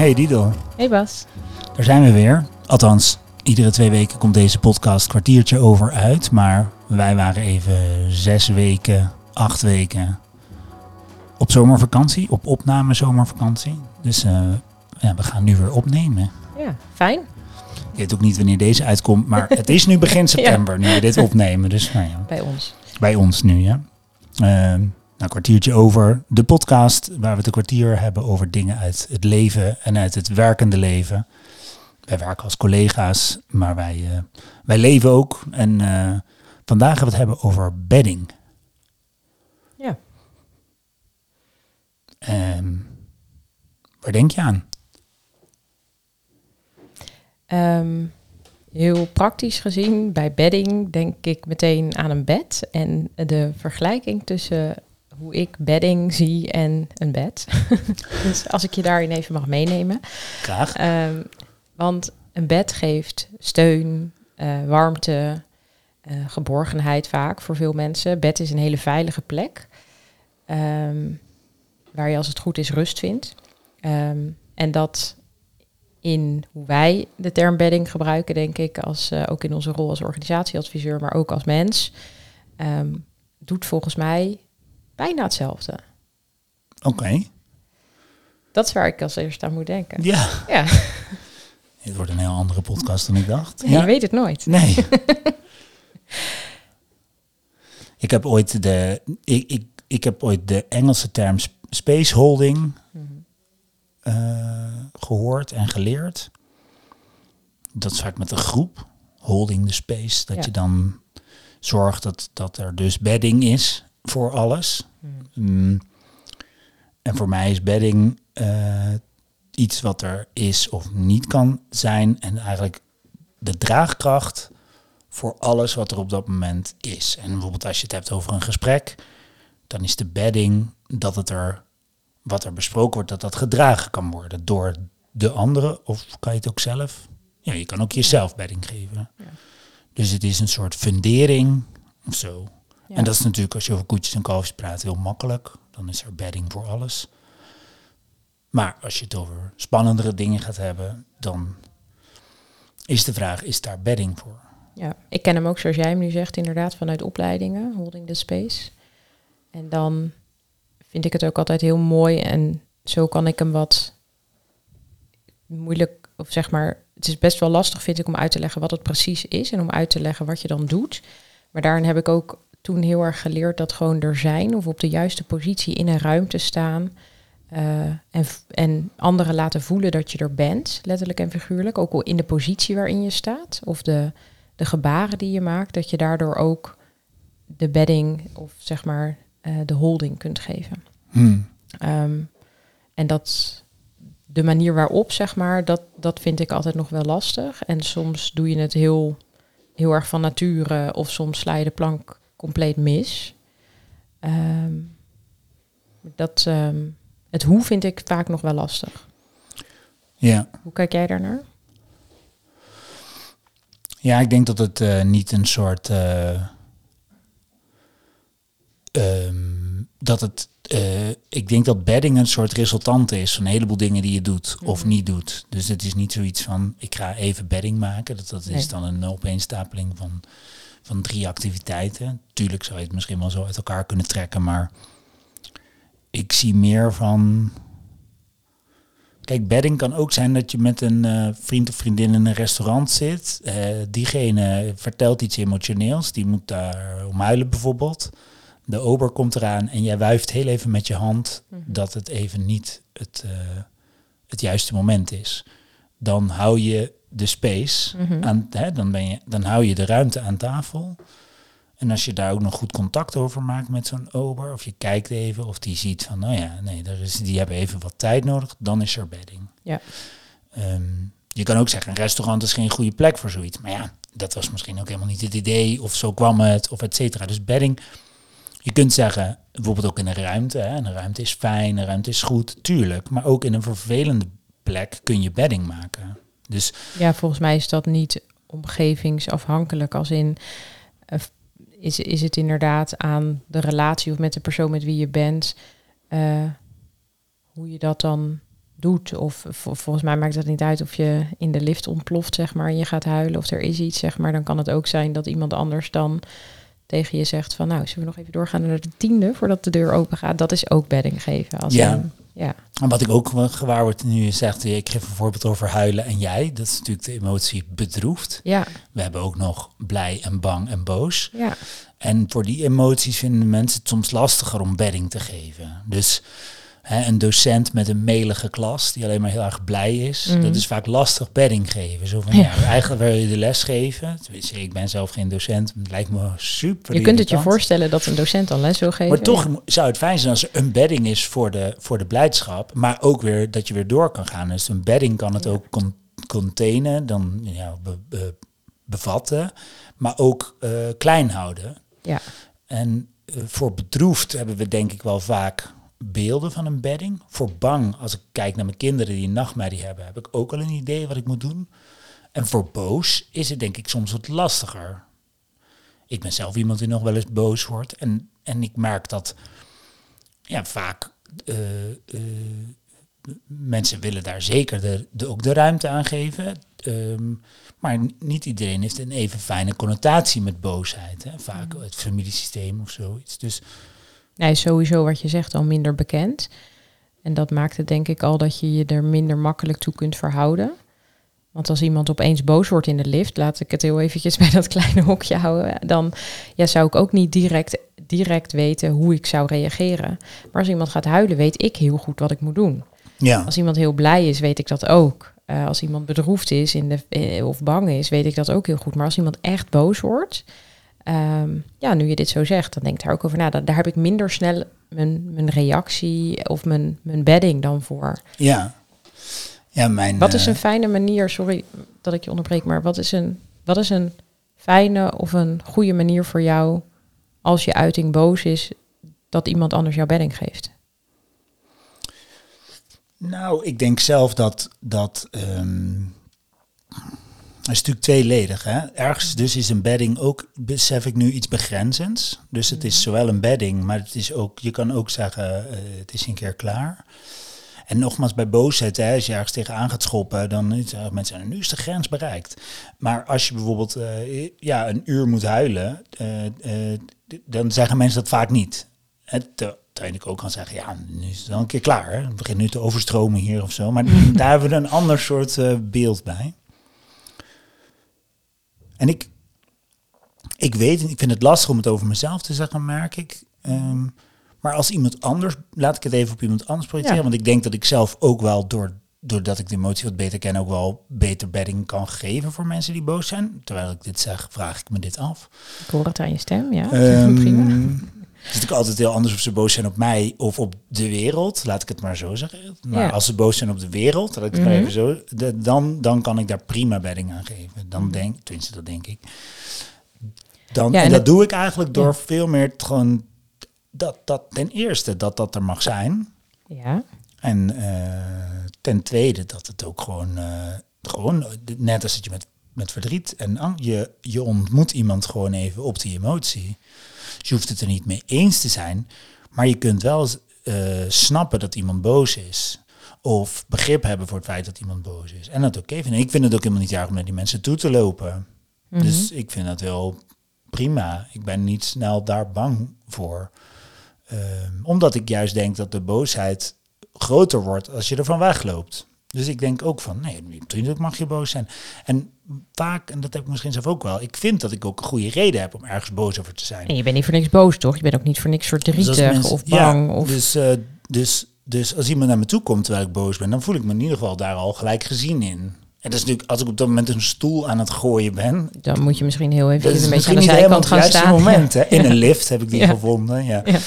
Hey Didel. Hey Bas. Daar zijn we weer. Althans, iedere 2 weken komt deze podcast kwartiertje over uit. Maar wij waren even 6 weken, 8 weken op zomervakantie. Op opname zomervakantie. Dus we gaan nu weer opnemen. Ja, fijn. Ik weet ook niet wanneer deze uitkomt. Maar het is nu begin september nu we dit opnemen. Dus nou ja. Bij ons. Bij ons nu, ja. Een kwartiertje over de podcast, waar we het een kwartier hebben over dingen uit het leven en uit het werkende leven. Wij werken als collega's, maar wij leven ook. En vandaag gaan we het hebben over bedding. Ja. Waar denk je aan? Heel praktisch gezien, bij bedding denk ik meteen aan een bed. En de vergelijking tussen hoe ik bedding zie en een bed. Dus als ik je daarin even mag meenemen. Graag. Want een bed geeft steun, warmte, geborgenheid vaak voor veel mensen. Bed is een hele veilige plek. Waar je als het goed is rust vindt. En dat in hoe wij de term bedding gebruiken, denk ik, als ook in onze rol als organisatieadviseur, maar ook als mens, doet volgens mij bijna hetzelfde. Oké. Dat is waar ik als eerste aan moet denken. Ja. Ja. Het wordt een heel andere podcast dan ik dacht. Nee, je weet het nooit. Nee. Ik heb ooit de Engelse term space holding gehoord en geleerd. Dat is vaak met een groep, holding the space, dat je dan zorgt dat er dus bedding is voor alles. En voor mij is bedding iets wat er is of niet kan zijn en eigenlijk de draagkracht voor alles wat er op dat moment is. En bijvoorbeeld als je het hebt over een gesprek, dan is de bedding dat wat er besproken wordt, dat gedragen kan worden door de anderen, of kan je het ook zelf? Ja, je kan ook jezelf bedding geven. Ja. Dus het is een soort fundering of zo. Ja. En dat is natuurlijk, als je over koetjes en kalfjes praat, heel makkelijk. Dan is er bedding voor alles. Maar als je het over spannendere dingen gaat hebben, dan is de vraag, is daar bedding voor? Ja, ik ken hem ook zoals jij hem nu zegt, inderdaad, vanuit opleidingen, holding the space. En dan vind ik het ook altijd heel mooi en zo kan ik hem wat moeilijk, of zeg maar, het is best wel lastig vind ik om uit te leggen wat het precies is en om uit te leggen wat je dan doet. Maar daarin heb ik ook toen heel erg geleerd dat gewoon er zijn of op de juiste positie in een ruimte staan en anderen laten voelen dat je er bent, letterlijk en figuurlijk, ook al in de positie waarin je staat of de gebaren die je maakt, dat je daardoor ook de bedding of zeg maar de holding kunt geven. En dat de manier waarop, zeg maar, dat vind ik altijd nog wel lastig. En soms doe je het heel, heel erg van nature of soms sla je de plank compleet mis. Het hoe vind ik vaak nog wel lastig. Ja. Hoe kijk jij daarnaar? Ja, ik denk dat het niet een soort ik denk dat bedding een soort resultante is van een heleboel dingen die je doet of niet doet. Dus het is niet zoiets van, ik ga even bedding maken. Dat is dan een opeenstapeling van 3 activiteiten. Tuurlijk zou je het misschien wel zo uit elkaar kunnen trekken, maar ik zie meer van... Kijk, bedding kan ook zijn dat je met een vriend of vriendin in een restaurant zit. Diegene vertelt iets emotioneels, die moet daar om huilen bijvoorbeeld. De ober komt eraan en jij wuift heel even met je hand dat het even niet het juiste moment is. Dan hou je de space aan, dan hou je de ruimte aan tafel. En als je daar ook nog goed contact over maakt met zo'n ober, of je kijkt even, of die ziet van, die hebben even wat tijd nodig, dan is er bedding. Ja. Je kan ook zeggen, een restaurant is geen goede plek voor zoiets. Maar ja, dat was misschien ook helemaal niet het idee, of zo kwam het, of et cetera. Dus bedding, je kunt zeggen, bijvoorbeeld ook in een ruimte, een ruimte is fijn, een ruimte is goed, tuurlijk. Maar ook in een vervelende plek kun je bedding maken. Dus ja, volgens mij is dat niet omgevingsafhankelijk, als in... Is het inderdaad aan de relatie of met de persoon met wie je bent, hoe je dat dan doet. Of volgens mij maakt het niet uit of je in de lift ontploft, zeg maar, en je gaat huilen of er is iets, zeg maar. Dan kan het ook zijn dat iemand anders dan tegen je zegt van, nou, zullen we nog even doorgaan naar de 10e voordat de deur open gaat. Dat is ook bedding geven. En wat ik ook gewaar word nu je zegt, ik geef een voorbeeld over huilen en jij. Dat is natuurlijk de emotie bedroefd. Ja. We hebben ook nog blij en bang en boos. Ja. En voor die emoties vinden mensen het soms lastiger om bedding te geven. Dus een docent met een melige klas die alleen maar heel erg blij is, dat is vaak lastig bedding geven. Zo van, eigenlijk wil je de les geven. Tenminste, ik ben zelf geen docent, het lijkt me super Je kunt het je voorstellen dat een docent dan les wil geven. Maar toch zou het fijn zijn als er een bedding is voor de blijdschap, maar ook weer dat je weer door kan gaan. Dus een bedding kan het ook containen, dan bevatten, maar ook klein houden. Ja. En voor bedroefd hebben we denk ik wel vaak beelden van een bedding. Voor bang, als ik kijk naar mijn kinderen die een nachtmerrie hebben, heb ik ook al een idee wat ik moet doen. En voor boos is het denk ik soms wat lastiger. Ik ben zelf iemand die nog wel eens boos wordt. En ik merk dat vaak mensen willen daar zeker ook de ruimte aan geven. Maar niet iedereen heeft een even fijne connotatie met boosheid. Hè? Vaak het familiesysteem of zoiets. Dus nee, sowieso wat je zegt al minder bekend. En dat maakt het denk ik al dat je je er minder makkelijk toe kunt verhouden. Want als iemand opeens boos wordt in de lift, laat ik het heel eventjes bij dat kleine hokje houden, dan zou ik ook niet direct weten hoe ik zou reageren. Maar als iemand gaat huilen, weet ik heel goed wat ik moet doen. ja. Als iemand heel blij is, weet ik dat ook. Als iemand bedroefd is of bang is, weet ik dat ook heel goed. Maar als iemand echt boos wordt, nu je dit zo zegt, dan denk ik daar ook over na. Daar heb ik minder snel mijn reactie of mijn bedding dan voor. Ja. Wat is een fijne manier, sorry dat ik je onderbreek, maar wat is een fijne of een goede manier voor jou als je uiting boos is, dat iemand anders jouw bedding geeft? Nou, ik denk zelf dat het is natuurlijk tweeledig. Hè? Ergens dus is een bedding ook, besef ik nu, iets begrenzends. Dus het is zowel een bedding, maar het is ook, je kan ook zeggen, het is een keer klaar. En nogmaals, bij boosheid, als je ergens tegenaan gaat schoppen, dan zeggen mensen, nu is de grens bereikt. Maar als je bijvoorbeeld een uur moet huilen, dan zeggen mensen dat vaak niet. Terwijl ik ook kan zeggen, nu is het wel een keer klaar. Hè? Het begint nu te overstromen hier of zo. Maar daar hebben we een ander soort beeld bij. En ik vind het lastig om het over mezelf te zeggen, merk ik. Maar als iemand anders, laat ik het even op iemand anders projecteren. Want ik denk dat ik zelf ook wel, doordat ik de emotie wat beter ken, ook wel beter bedding kan geven voor mensen die boos zijn. Terwijl ik dit zeg, vraag ik me dit af. Ik hoor het aan je stem, ja. Prima. Het is natuurlijk altijd heel anders of ze boos zijn op mij of op de wereld. Laat ik het maar zo zeggen. Maar als ze boos zijn op de wereld, laat ik het maar even zo, dan kan ik daar prima bedding aan geven. Dan tenminste dat denk ik. En dat doe ik eigenlijk door veel meer gewoon dat ten eerste dat er mag zijn. Ja. En ten tweede dat het ook gewoon net als dat je met verdriet en je ontmoet iemand gewoon even op die emotie. Dus je hoeft het er niet mee eens te zijn, maar je kunt wel snappen dat iemand boos is. Of begrip hebben voor het feit dat iemand boos is. En dat oké vinden. Ik vind het ook helemaal niet erg om naar die mensen toe te lopen. Mm-hmm. Dus ik vind dat wel prima. Ik ben niet snel daar bang voor. Omdat ik juist denk dat de boosheid groter wordt als je ervan wegloopt. Dus ik denk ook van, nee, natuurlijk mag je boos zijn. En vaak, en dat heb ik misschien zelf ook wel, ik vind dat ik ook een goede reden heb om ergens boos over te zijn. En je bent niet voor niks boos, toch? Je bent ook niet voor niks verdrietig of bang. Ja, dus als iemand naar me toe komt terwijl ik boos ben, dan voel ik me in ieder geval daar al gelijk gezien in. En dat is natuurlijk, als ik op dat moment een stoel aan het gooien ben, dan moet je misschien heel even een beetje aan de zijkant gaan staan. Moment, hè? In een lift heb ik die gevonden. Ja. Ja.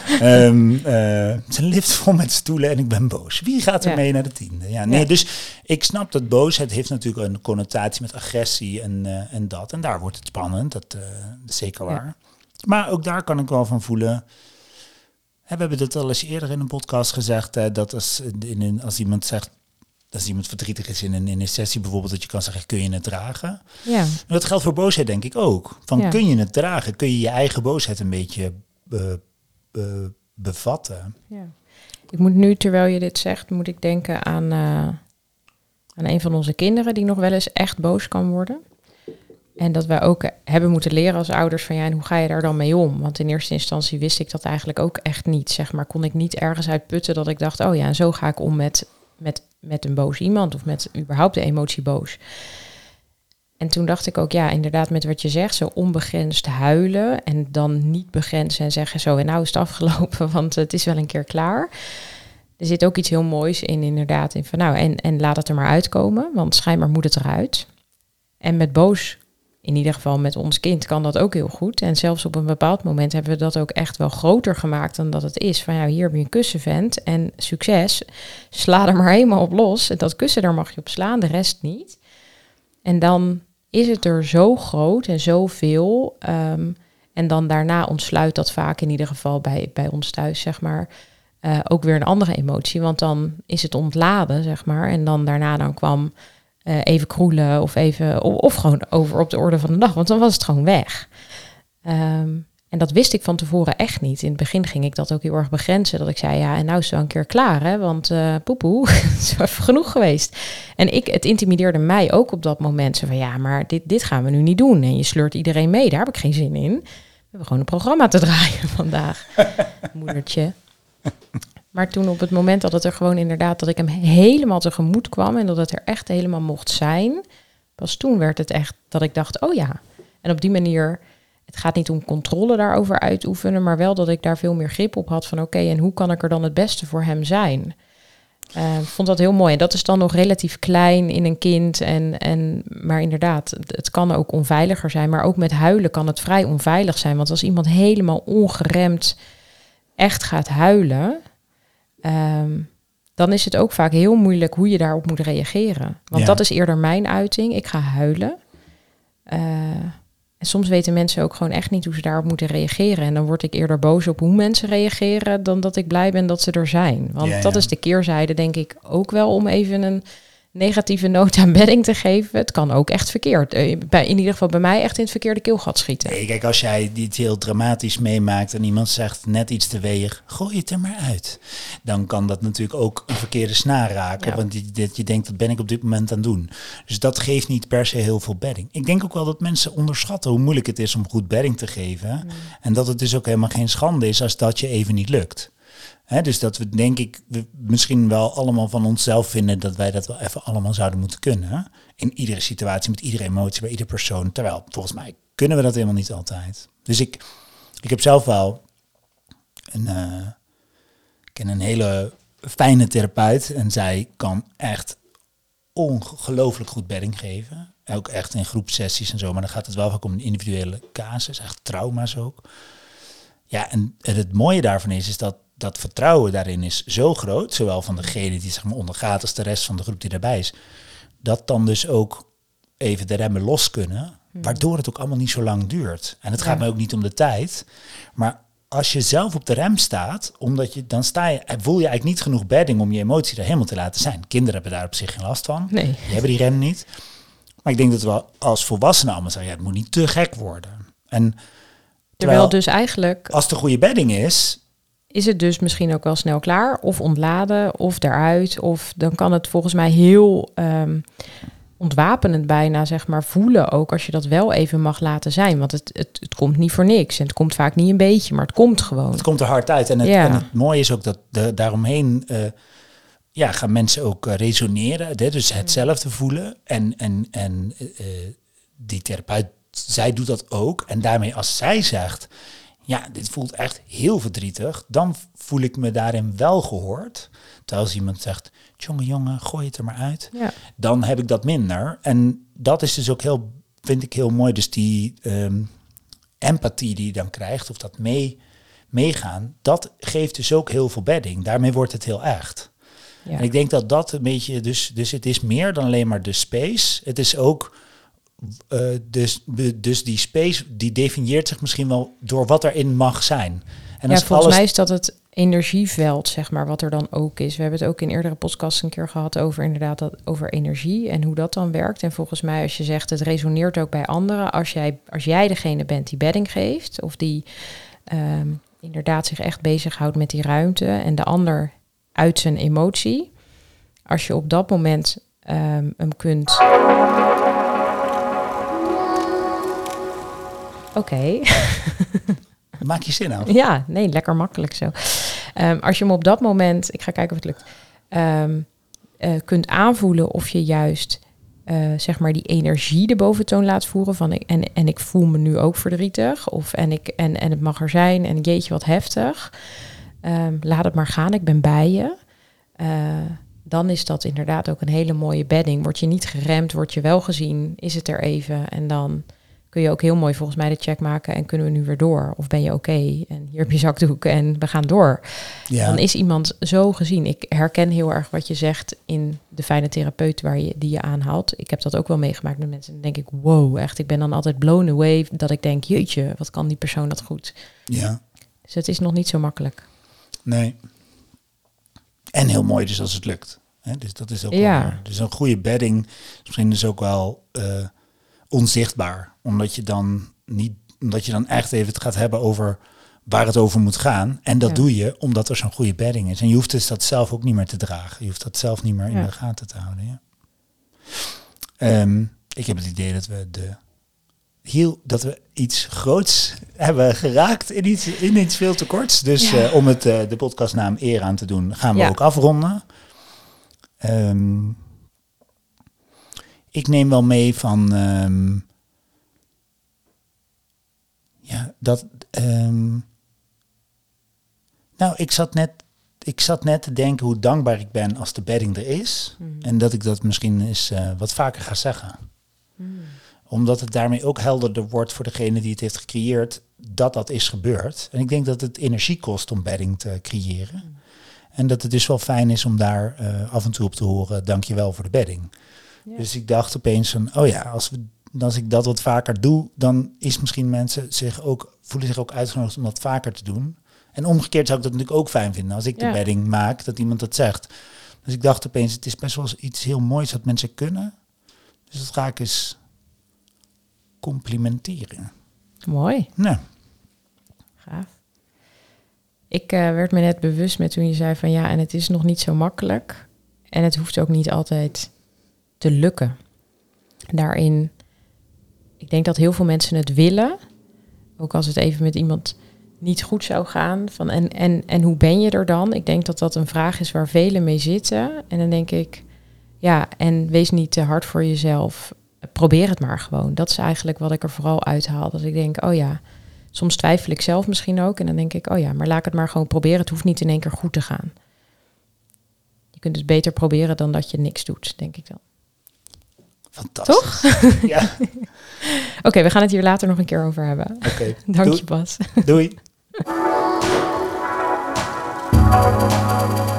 Het is een lift vol met stoelen en ik ben boos. Wie gaat er mee naar de 10e? Ja, nee, dus ik snap dat boosheid heeft natuurlijk een connotatie met agressie en dat. En daar wordt het spannend, dat is zeker waar. Ja. Maar ook daar kan ik wel van voelen. We hebben het al eens eerder in een podcast gezegd, dat als iemand zegt, als iemand verdrietig is in een sessie bijvoorbeeld, dat je kan zeggen, kun je het dragen? Ja. En dat geldt voor boosheid denk ik ook. Kun je het dragen? Kun je je eigen boosheid een beetje bevatten? Ja. Ik moet nu, terwijl je dit zegt, moet ik denken aan een van onze kinderen die nog wel eens echt boos kan worden. En dat wij ook hebben moeten leren als ouders van en hoe ga je daar dan mee om? Want in eerste instantie wist ik dat eigenlijk ook echt niet. Zeg maar, kon ik niet ergens uit putten dat ik dacht, en zo ga ik om met een boos iemand of met überhaupt de emotie boos. En toen dacht ik ook, inderdaad met wat je zegt, zo onbegrensd huilen en dan niet begrenzen en zeggen zo en nou is het afgelopen, want het is wel een keer klaar. Er zit ook iets heel moois in inderdaad, in van en laat het er maar uitkomen, want schijnbaar moet het eruit. En met boos, in ieder geval met ons kind, kan dat ook heel goed. En zelfs op een bepaald moment hebben we dat ook echt wel groter gemaakt dan dat het is. Van hier heb je een kussenvent en succes, sla er maar helemaal op los. En dat kussen, daar mag je op slaan, de rest niet. En dan is het er zo groot en zoveel. En dan daarna ontsluit dat vaak, in ieder geval bij ons thuis, zeg maar, ook weer een andere emotie. Want dan is het ontladen, zeg maar. En dan daarna kwam even kroelen of gewoon over op de orde van de dag. Want dan was het gewoon weg. En dat wist ik van tevoren echt niet. In het begin ging ik dat ook heel erg begrenzen. Dat ik zei, en nou is het wel een keer klaar, hè? Want poepoe, het is even genoeg geweest. En het intimideerde mij ook op dat moment. Zo van, maar dit gaan we nu niet doen. En je sleurt iedereen mee, daar heb ik geen zin in. We hebben gewoon een programma te draaien vandaag. Moedertje. Maar toen op het moment dat het er gewoon inderdaad, dat ik hem helemaal tegemoet kwam en dat het er echt helemaal mocht zijn, pas toen werd het echt dat ik dacht, En op die manier, het gaat niet om controle daarover uitoefenen, maar wel dat ik daar veel meer grip op had van en hoe kan ik er dan het beste voor hem zijn? Ik vond dat heel mooi. En dat is dan nog relatief klein in een kind. Maar inderdaad, het kan ook onveiliger zijn. Maar ook met huilen kan het vrij onveilig zijn. Want als iemand helemaal ongeremd echt gaat huilen, dan is het ook vaak heel moeilijk hoe je daarop moet reageren. Want dat is eerder mijn uiting. Ik ga huilen. En soms weten mensen ook gewoon echt niet hoe ze daarop moeten reageren. En dan word ik eerder boos op hoe mensen reageren dan dat ik blij ben dat ze er zijn. Want dat is de keerzijde, denk ik, ook wel om even een negatieve noot aan bedding te geven. Het kan ook echt verkeerd. In ieder geval bij mij echt in het verkeerde keelgat schieten. Nee, kijk, als jij iets heel dramatisch meemaakt en iemand zegt net iets te weeg, gooi het er maar uit. Dan kan dat natuurlijk ook een verkeerde snaar raken. Ja. Want je denkt, dat ben ik op dit moment aan het doen. Dus dat geeft niet per se heel veel bedding. Ik denk ook wel dat mensen onderschatten hoe moeilijk het is om goed bedding te geven. Mm. En dat het dus ook helemaal geen schande is als dat je even niet lukt. Dus dat we, denk ik, misschien wel allemaal van onszelf vinden dat wij dat wel even allemaal zouden moeten kunnen. In iedere situatie, met iedere emotie, bij iedere persoon. Terwijl, volgens mij, kunnen we dat helemaal niet altijd. Dus ik heb zelf wel een hele fijne therapeut. En zij kan echt ongelooflijk goed bedding geven. Ook echt in groepsessies en zo. Maar dan gaat het wel vaak om een individuele casus. Echt trauma's ook. Ja, en het mooie daarvan is dat vertrouwen daarin is zo groot, zowel van degene die zeg maar ondergaat als de rest van de groep die daarbij is, dat dan dus ook even de remmen los kunnen, waardoor het ook allemaal niet zo lang duurt. En het gaat mij ook niet om de tijd, maar als je zelf op de rem staat, dan voel je eigenlijk niet genoeg bedding om je emotie er helemaal te laten zijn. Kinderen hebben daar op zich geen last van. Nee. Die hebben die rem niet. Maar ik denk dat we als volwassenen allemaal zeggen, het moet niet te gek worden. En terwijl dus eigenlijk, als het een goede bedding is het dus misschien ook wel snel klaar, of ontladen, of eruit, of dan kan het volgens mij heel ontwapenend bijna, zeg maar, voelen ook als je dat wel even mag laten zijn. Want het komt niet voor niks en het komt vaak niet een beetje, maar het komt gewoon. Het komt er hard uit en het mooie is ook dat daaromheen gaan mensen ook resoneren, dus hetzelfde voelen en die therapeut, zij doet dat ook en daarmee als zij zegt, dit voelt echt heel verdrietig, dan voel ik me daarin wel gehoord. Terwijl als iemand zegt, jongen, gooi het er maar uit. Ja. Dan heb ik dat minder. En dat is dus ook vind ik heel mooi. Dus die empathie die je dan krijgt, of dat meegaan, dat geeft dus ook heel veel bedding. Daarmee wordt het heel echt. Ja. En ik denk dat een beetje, dus het is meer dan alleen maar de space. Het is ook, dus die space, die definieert zich misschien wel door wat erin mag zijn. En volgens mij is dat het energieveld, zeg maar, wat er dan ook is. We hebben het ook in eerdere podcasts een keer gehad over energie en hoe dat dan werkt. En volgens mij, als je zegt, het resoneert ook bij anderen. Als jij degene bent die bedding geeft of die inderdaad zich echt bezighoudt met die ruimte en de ander uit zijn emotie. Als je op dat moment hem kunt... Oké. Maak je zin af. Ja, nee, lekker makkelijk zo. Als je hem op dat moment, ik ga kijken of het lukt, kunt aanvoelen of je juist zeg maar die energie de boventoon laat voeren van en ik voel me nu ook verdrietig of en het mag er zijn en jeetje wat heftig. Laat het maar gaan, ik ben bij je. Dan is dat inderdaad ook een hele mooie bedding. Word je niet geremd, word je wel gezien, is het er even en dan kun je ook heel mooi volgens mij de check maken en kunnen we nu weer door? Of ben je oké? En hier heb je zakdoek en we gaan door. Ja. Dan is iemand zo gezien. Ik herken heel erg wat je zegt in de fijne therapeut die je aanhaalt. Ik heb dat ook wel meegemaakt met mensen. Dan denk ik, wow, echt. Ik ben dan altijd blown away dat ik denk, jeetje, wat kan die persoon dat goed? Ja. Dus het is nog niet zo makkelijk. Nee. En heel mooi dus als het lukt. Dus dat is ook wel, dus een goede bedding. Misschien is ook wel... onzichtbaar, omdat je dan echt even het gaat hebben over waar het over moet gaan. En dat doe je omdat er zo'n goede bedding is. En je hoeft dus dat zelf ook niet meer te dragen. Je hoeft dat zelf niet meer in de gaten te houden. Ja. Ik heb het idee dat we iets groots hebben geraakt in iets veel te korts. Dus om het de podcastnaam eer aan te doen, gaan we ook afronden. Ik neem wel mee van ik zat net te denken hoe dankbaar ik ben als de bedding er is. En dat ik dat misschien eens wat vaker ga zeggen. Omdat het daarmee ook helderder wordt voor degene die het heeft gecreëerd dat is gebeurd. En ik denk dat het energie kost om bedding te creëren. En dat het dus wel fijn is om daar af en toe op te horen, dankjewel voor de bedding. Ja. Dus ik dacht opeens van, als ik dat wat vaker doe, dan is misschien mensen voelen zich ook uitgenodigd om dat vaker te doen. En omgekeerd zou ik dat natuurlijk ook fijn vinden als ik de bedding maak, dat iemand dat zegt. Dus ik dacht opeens, het is best wel iets heel moois dat mensen kunnen. Dus dat ga ik eens complimenteren. Mooi. Nou. Gaaf. Ik werd me net bewust met toen je zei van en het is nog niet zo makkelijk. En het hoeft ook niet altijd te lukken. Daarin, ik denk dat heel veel mensen het willen. Ook als het even met iemand niet goed zou gaan. Van en hoe ben je er dan? Ik denk dat dat een vraag is waar velen mee zitten. En dan denk ik, en wees niet te hard voor jezelf. Probeer het maar gewoon. Dat is eigenlijk wat ik er vooral uithaal. Dat ik denk, soms twijfel ik zelf misschien ook. En dan denk ik, maar laat ik het maar gewoon proberen. Het hoeft niet in één keer goed te gaan. Je kunt het beter proberen dan dat je niks doet, denk ik dan. Fantastisch. Toch? Ja. Oké, we gaan het hier later nog een keer over hebben. Oké. Dank je, Bas. Doei.